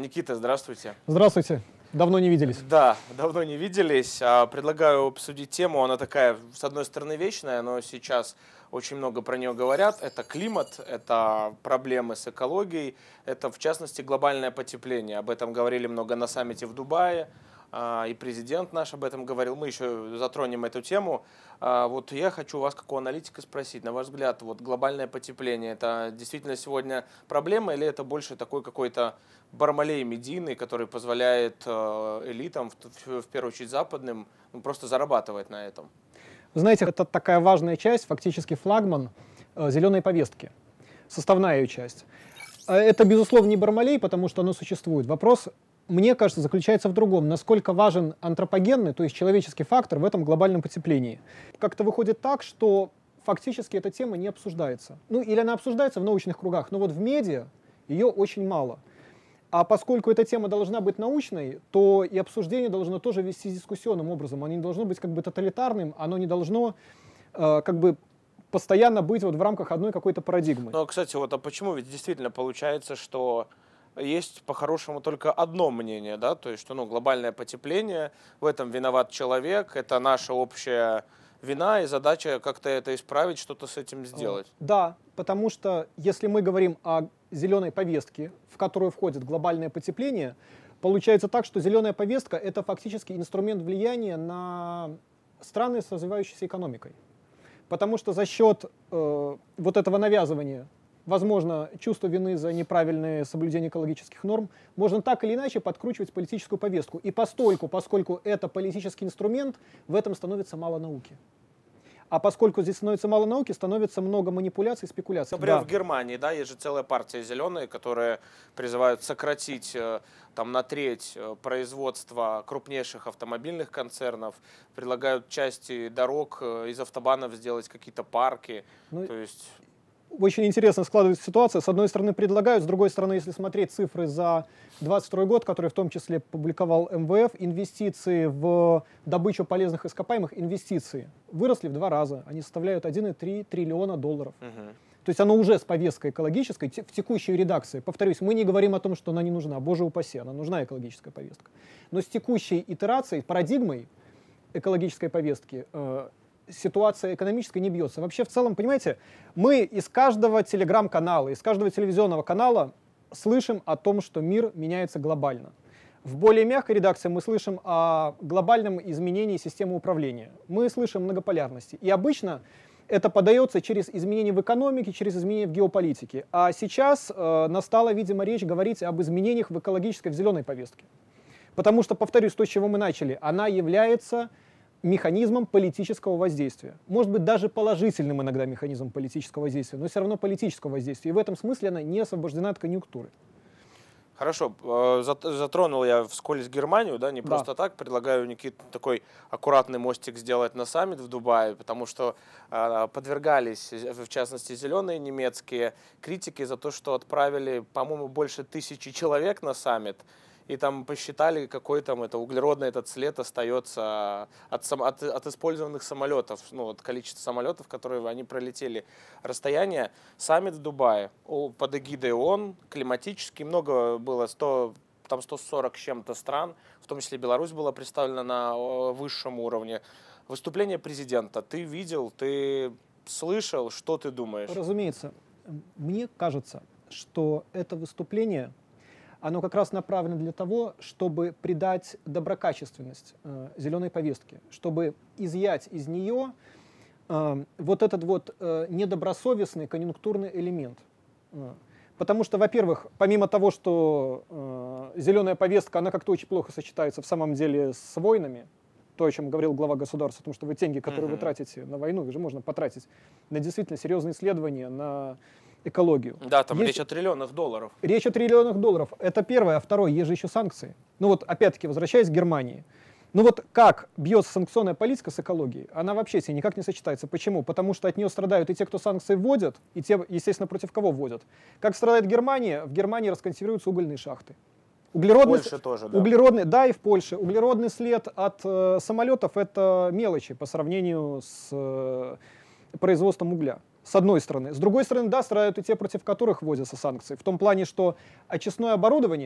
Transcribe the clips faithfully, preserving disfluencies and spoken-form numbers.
Никита, здравствуйте. Здравствуйте. Давно не виделись. Да, давно не виделись. Предлагаю обсудить тему. Она такая, с одной стороны, вечная, но сейчас очень много про нее говорят. Это климат, это проблемы с экологией, это, в частности, глобальное потепление. Об этом говорили много на саммите в Дубае. И президент наш об этом говорил. Мы еще затронем эту тему. Вот я хочу вас, как у аналитика, спросить. На ваш взгляд, вот глобальное потепление – это действительно сегодня проблема или это больше такой какой-то бармалей медийный, который позволяет элитам, в первую очередь западным, ну, просто зарабатывать на этом? Вы знаете, это такая важная часть, фактически флагман зеленой повестки, составная ее часть. Это, безусловно, не бармалей, потому что оно существует. Вопрос, мне кажется, заключается в другом. Насколько важен антропогенный, то есть человеческий фактор в этом глобальном потеплении. Как-то выходит так, что фактически эта тема не обсуждается. Ну, или она обсуждается в научных кругах, но вот в медиа ее очень мало. А поскольку эта тема должна быть научной, то и обсуждение должно тоже вестись дискуссионным образом. Оно не должно быть как бы тоталитарным, оно не должно э, как бы постоянно быть вот в рамках одной какой-то парадигмы. Ну, кстати, вот а почему ведь действительно получается, что есть по-хорошему только одно мнение, да, то есть, что ну, глобальное потепление, в этом виноват человек, это наша общая вина и задача как-то это исправить, что-то с этим сделать. Да, потому что если мы говорим о зеленой повестке, в которую входит глобальное потепление, получается так, что зеленая повестка — это фактически инструмент влияния на страны с развивающейся экономикой. Потому что за счет э, вот этого навязывания, возможно, чувство вины за неправильное соблюдение экологических норм, можно так или иначе подкручивать политическую повестку. И постольку, поскольку это политический инструмент, в этом становится мало науки. А поскольку здесь становится мало науки, становится много манипуляций, спекуляций. Например, Да. в Германии, да, есть же целая партия «Зеленые», которые призывают сократить там, на треть производство крупнейших автомобильных концернов, предлагают части дорог из автобанов сделать какие-то парки. Ну, то есть... Очень интересно складывается ситуация. С одной стороны предлагают, с другой стороны, если смотреть цифры за двадцать второй год, которые в том числе публиковал эм вэ эф, инвестиции в добычу полезных ископаемых, инвестиции выросли в два раза. Они составляют один и три триллиона долларов. Угу. То есть оно уже с повесткой экологической в текущей редакции. Повторюсь, мы не говорим о том, что она не нужна. Боже упаси, она нужна, экологическая повестка. Но с текущей итерацией, парадигмой экологической повестки, э, ситуация экономическая не бьется. Вообще, в целом, понимаете, мы из каждого телеграм-канала, из каждого телевизионного канала слышим о том, что мир меняется глобально. В более мягкой редакции мы слышим о глобальном изменении системы управления. Мы слышим многополярности. И обычно это подается через изменения в экономике, через изменения в геополитике. А сейчас э, настала, видимо, речь говорить об изменениях в экологической, в зеленой повестке. Потому что, повторюсь, то, с чего мы начали, она является механизмом политического воздействия. Может быть, даже положительным иногда механизмом политического воздействия, но все равно политического воздействия. И в этом смысле она не освобождена от конъюнктуры. Хорошо, затронул я вскользь Германию, да, не просто да. так. Предлагаю, Никит, такой аккуратный мостик сделать на саммит в Дубае, потому что э, подвергались, в частности, зеленые немецкие, критики за то, что отправили, по-моему, больше тысячи человек на саммит. И там посчитали, какой там это углеродный этот след остается от, от, от использованных самолетов, ну, от количества самолетов, которые они пролетели расстояние. Саммит в Дубае под эгидой ООН, климатический, много было, сто, там сто сорок с чем-то стран, в том числе Беларусь была представлена на высшем уровне. Выступление президента ты видел, ты слышал, что ты думаешь? Разумеется, мне кажется, что это выступление, оно как раз направлено для того, чтобы придать доброкачественность э, зеленой повестке, чтобы изъять из нее э, вот этот вот э, недобросовестный конъюнктурный элемент. Э, потому что, во-первых, помимо того, что э, зеленая повестка, она как-то очень плохо сочетается в самом деле с войнами, то, о чем говорил глава государства, потому что вы деньги, которые mm-hmm. вы тратите на войну, их же можно потратить на действительно серьезные исследования, на экологию. Да, там есть... речь о триллионах долларов. Речь о триллионах долларов. Это первое. А второе, есть же еще санкции. Ну вот, опять-таки, возвращаясь к Германии. Ну вот как бьется санкционная политика с экологией, она вообще себе никак не сочетается. Почему? Потому что от нее страдают и те, кто санкции вводят, и те, естественно, против кого вводят. Как страдает Германия? В Германии расконсервируются угольные шахты. Углеродный, в Польше тоже, да. Углеродный, да, и в Польше. Углеродный след от э, самолетов — это мелочи по сравнению с э, производством угля. С одной стороны. С другой стороны, да, страдают и те, против которых вводятся санкции. В том плане, что очистное оборудование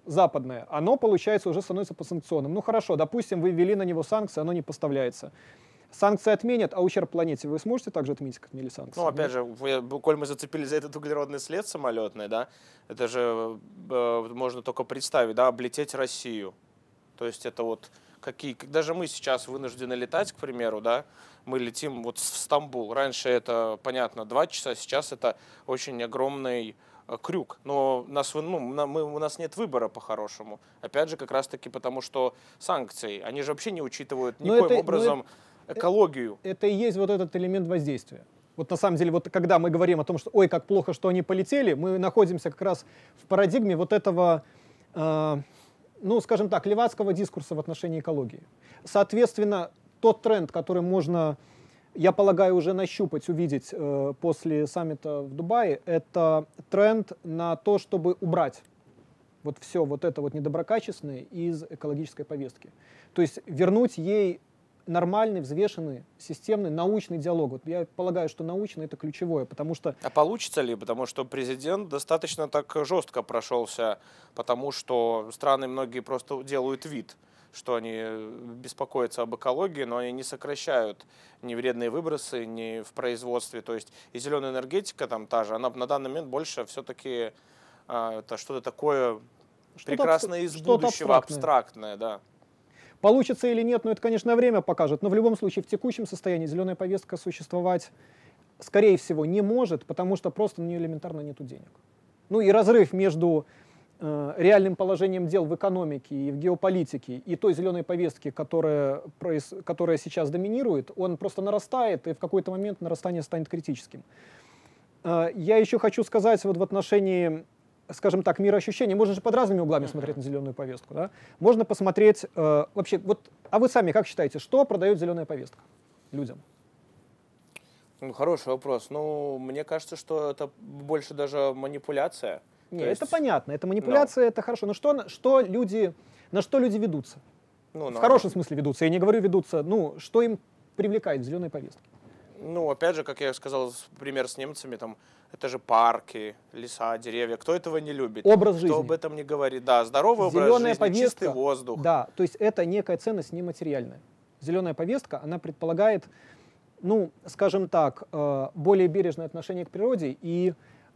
западное, оно, получается, уже становится подсанкционным. Ну хорошо, допустим, вы ввели на него санкции, оно не поставляется. Санкции отменят, а ущерб планете вы сможете также отменить, как отменили санкции? Ну, опять же, коль мы зацепили за этот углеродный след самолетный, да, это же э, можно только представить, да, облететь Россию. То есть это вот какие... Даже мы сейчас вынуждены летать, к примеру, да, мы летим вот в Стамбул. Раньше это, понятно, два часа, сейчас это очень огромный э, крюк. Но нас, ну, мы, у нас нет выбора по-хорошему. Опять же, как раз-таки потому, что санкции, они же вообще не учитывают никоим это, образом... экологию. Это и есть вот этот элемент воздействия. Вот на самом деле, вот когда мы говорим о том, что ой, как плохо, что они полетели, мы находимся как раз в парадигме вот этого, э, ну, скажем так, левацкого дискурса в отношении экологии. Соответственно, тот тренд, который можно, я полагаю, уже нащупать, увидеть э, после саммита в Дубае, это тренд на то, чтобы убрать вот все вот это вот недоброкачественное из экологической повестки. То есть вернуть ей нормальный, взвешенный, системный, научный диалог. Вот я полагаю, что научный — это ключевое, потому что... А получится ли? Потому что президент достаточно так жестко прошелся, потому что страны многие просто делают вид, что они беспокоятся об экологии, но они не сокращают ни вредные выбросы, ни в производстве. То есть и зеленая энергетика там та же, она на данный момент больше все-таки а, это что-то такое что-то прекрасное из будущего, абстрактное, да. Получится или нет, ну это, конечно, время покажет, но в любом случае в текущем состоянии зеленая повестка существовать, скорее всего, не может, потому что просто на нее элементарно нету денег. Ну и разрыв между э, реальным положением дел в экономике и в геополитике и той зеленой повестки, которая, проис, которая сейчас доминирует, он просто нарастает, и в какой-то момент нарастание станет критическим. Э, я еще хочу сказать вот в отношении... скажем так, мироощущение, можно же под разными углами смотреть на зеленую повестку. Да? Можно посмотреть, э, вообще, вот, а вы сами как считаете, что продает зеленая повестка людям? Ну, хороший вопрос. Ну, мне кажется, что это больше даже манипуляция. Нет, есть... это понятно, это манипуляция, no. это хорошо. Но что, что люди, на что люди ведутся? Ну, в no. хорошем смысле ведутся, я не говорю ведутся, ну, что им привлекает в зеленой повестке? Ну, опять же, как я сказал, пример с немцами, там, это же парки, леса, деревья. Кто этого не любит? Образ жизни. Кто об этом не говорит? Да, здоровый Зеленая образ жизни, повестка, чистый воздух. Да, то есть это некая ценность нематериальная. Зеленая повестка, она предполагает, ну, скажем так, более бережное отношение к природе и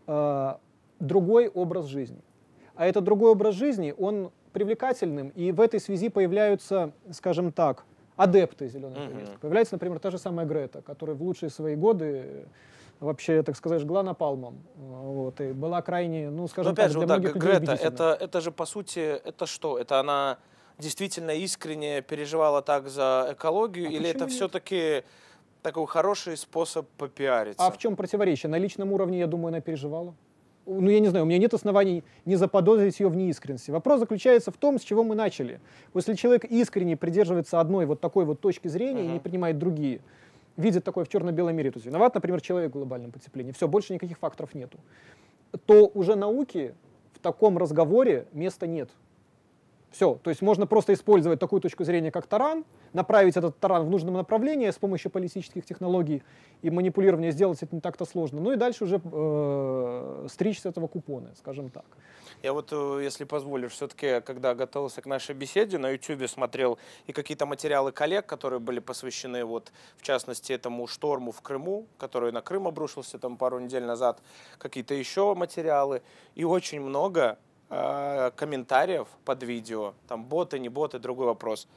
другой образ жизни. А этот другой образ жизни, он привлекательным, и в этой связи появляются, скажем так, адепты зеленой uh-huh. повестки. Появляется, например, та же самая Грета, которая в лучшие свои годы вообще, так сказать, жгла напалмом. Вот, и была крайне, ну, скажем Но, опять так, же, для да, многих Грета, людей это, это же, по сути, это что? Это она действительно искренне переживала так за экологию, а или это все-таки такой хороший способ попиариться? А в чем противоречие? На личном уровне, я думаю, она переживала. Ну, я не знаю, у меня нет оснований не заподозрить ее в неискренности. Вопрос заключается в том, с чего мы начали. Если человек искренне придерживается одной вот такой вот точки зрения uh-huh. и не принимает другие, видит такое в черно-белом мире, то есть виноват, например, человек в глобальном потеплении, все, больше никаких факторов нету, то уже науке в таком разговоре места нет. Все, то есть можно просто использовать такую точку зрения, как таран, направить этот таран в нужном направлении с помощью политических технологий и манипулирования, сделать это не так-то сложно. Ну и дальше уже э, стричь с этого купоны, скажем так. Я вот, если позволишь, все-таки, когда готовился к нашей беседе, на ютубе смотрел и какие-то материалы коллег, которые были посвящены, вот, в частности, этому шторму в Крыму, который на Крым обрушился там пару недель назад, какие-то еще материалы, и очень много э, комментариев под видео, там боты, не боты, другой вопрос,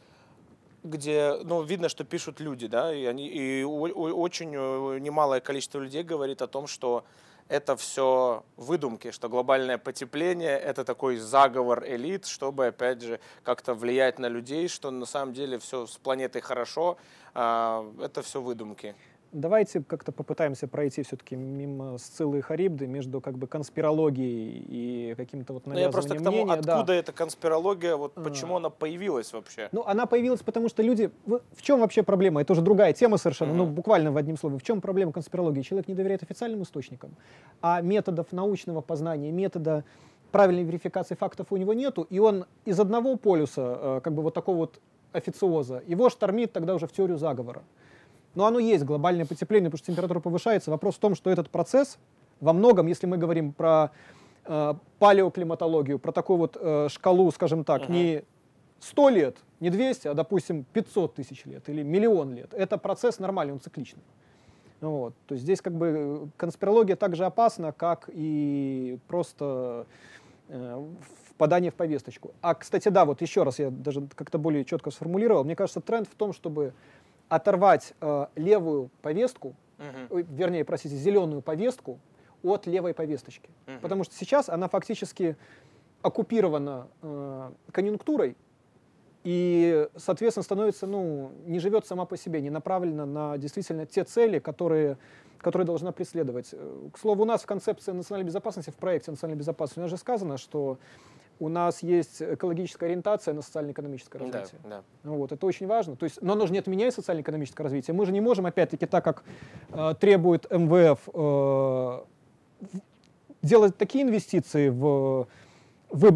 где, ну, видно, что пишут люди, да, и, они, и у, у, очень немалое количество людей говорит о том, что это все выдумки, что глобальное потепление – это такой заговор элит, чтобы, опять же, как-то влиять на людей, что на самом деле все с планетой хорошо, а это все выдумки. Давайте как-то попытаемся пройти все-таки мимо Сциллы и Харибды, между как бы конспирологией и каким-то вот навязыванием Я просто к тому, мнения. откуда да. эта конспирология, вот а. почему она появилась вообще? Ну, она появилась, потому что люди... В чем вообще проблема? Это уже другая тема совершенно, mm-hmm. ну, буквально в одним словом. В чем проблема конспирологии? Человек не доверяет официальным источникам, а методов научного познания, метода правильной верификации фактов у него нету, и он из одного полюса, как бы вот такого вот официоза, его штормит тогда уже в теорию заговора. Но оно есть, глобальное потепление, потому что температура повышается. Вопрос в том, что этот процесс во многом, если мы говорим про э, палеоклиматологию, про такую вот э, шкалу, скажем так, uh-huh. не сто лет, не двести, а, допустим, пятьсот тысяч лет или миллион лет. Это процесс нормальный, он цикличный. Вот. То есть здесь как бы конспирология так же опасна, как и просто э, впадание в повесточку. А, кстати, да, вот еще раз я даже как-то более четко сформулировал. Мне кажется, тренд в том, чтобы оторвать э, левую повестку, uh-huh. вернее, простите, зеленую повестку от левой повесточки. Uh-huh. Потому что сейчас она фактически оккупирована э, конъюнктурой, и, соответственно, становится, ну, не живет сама по себе, не направлена на действительно те цели, которые, которые должна преследовать. К слову, у нас в концепции национальной безопасности, в проекте национальной безопасности, у нас же сказано, что у нас есть экологическая ориентация на социально-экономическое развитие. Да, да. Вот, это очень важно. То есть, но оно же не отменяет социально-экономическое развитие. Мы же не можем, опять-таки, так как э, требует эм вэ эф, э, делать такие инвестиции в... В,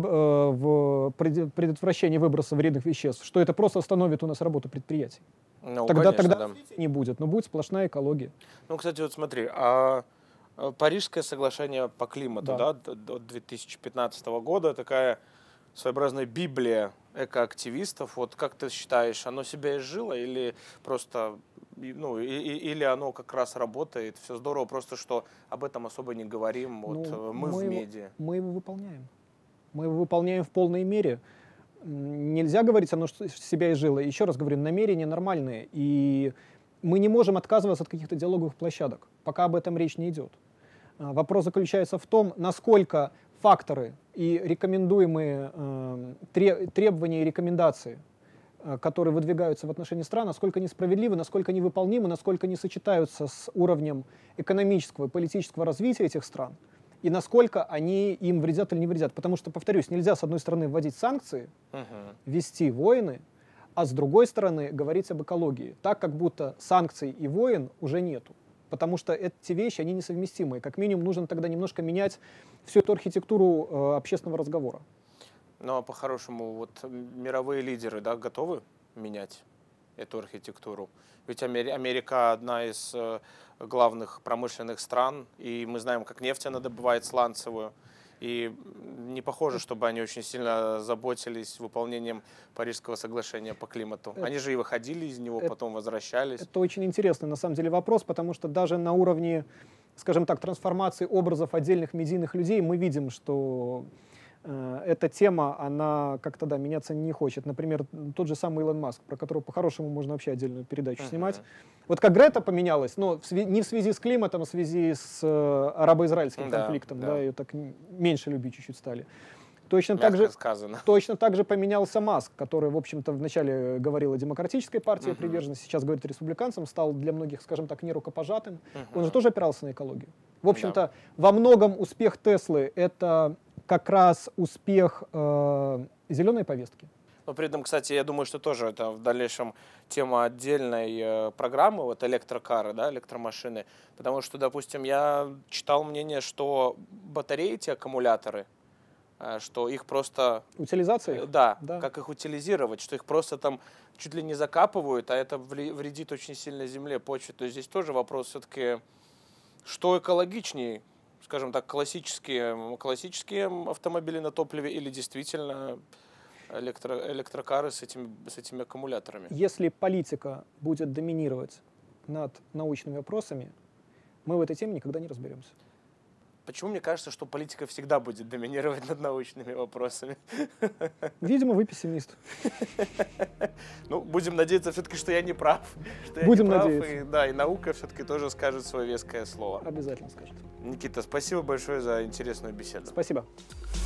в предотвращении выброса вредных веществ, что это просто остановит у нас работу предприятий. Ну, тогда конечно, тогда да. не будет, но будет сплошная экология. Ну, кстати, вот смотри, а Парижское соглашение по климату, да, да до две тысячи пятнадцатого года, такая своеобразная библия экоактивистов. Вот как ты считаешь, оно себя изжило или просто, ну, и, или оно как раз работает, все здорово, просто что об этом особо не говорим, вот ну, мы, мы в медиа. Мы его выполняем. Мы его выполняем в полной мере. Нельзя говорить, оно себя изжило. Еще раз говорю, намерения нормальные. И мы не можем отказываться от каких-то диалоговых площадок, пока об этом речь не идет. Вопрос заключается в том, насколько факторы и рекомендуемые э, требования и рекомендации, э, которые выдвигаются в отношении стран, насколько они справедливы, насколько они выполнимы, насколько они сочетаются с уровнем экономического и политического развития этих стран, и насколько они им вредят или не вредят. Потому что, повторюсь, нельзя с одной стороны вводить санкции, uh-huh. вести войны, а с другой стороны говорить об экологии, так как будто санкций и войн уже нету. Потому что эти вещи, они несовместимые. Как минимум нужно тогда немножко менять всю эту архитектуру э, общественного разговора. Ну а по-хорошему, вот мировые лидеры, да, готовы менять эту архитектуру? Ведь Америка одна из э, главных промышленных стран, и мы знаем, как нефть она добывает сланцевую. И не похоже, чтобы они очень сильно заботились выполнением Парижского соглашения по климату. Они же и выходили из него, это, потом возвращались. Это очень интересный, на самом деле, вопрос, потому что даже на уровне, скажем так, трансформации образов отдельных медийных людей мы видим, что э, эта тема, она как-то, да, меняться не хочет. Например, тот же самый Илон Маск, про которого по-хорошему можно вообще отдельную передачу uh-huh. снимать. Вот как Грета поменялась, но в сви- не в связи с климатом, а в связи с э, арабо-израильским да, конфликтом, да. да, ее так меньше любить чуть-чуть стали. Точно так, же, точно так же поменялся Маск, который, в общем-то, вначале говорил о демократической партии uh-huh. приверженности, сейчас говорит республиканцам, стал для многих, скажем так, нерукопожатым. Uh-huh. Он же тоже опирался на экологию. В общем-то, да. во многом успех Теслы — это как раз успех э, зеленой повестки. Но при этом, кстати, я думаю, что тоже это в дальнейшем тема отдельной э, программы, вот электрокары, да, электромашины. Потому что, допустим, я читал мнение, что батареи, эти аккумуляторы, э, что их просто... Утилизация? Э, да, да, как их утилизировать, что их просто там чуть ли не закапывают, а это вредит очень сильно земле, почве. То есть здесь тоже вопрос все-таки, что экологичнее, скажем так, классические, классические автомобили на топливе или действительно... Электро, электрокары с этими, с этими аккумуляторами. Если политика будет доминировать над научными вопросами, мы в этой теме никогда не разберемся. Почему мне кажется, что политика всегда будет доминировать над научными вопросами? Видимо, вы пессимист. Ну, будем надеяться все-таки, что я не прав. Что я будем не прав, надеяться. И, да, и наука все-таки тоже скажет свое веское слово. Обязательно скажет. Никита, спасибо большое за интересную беседу. Спасибо.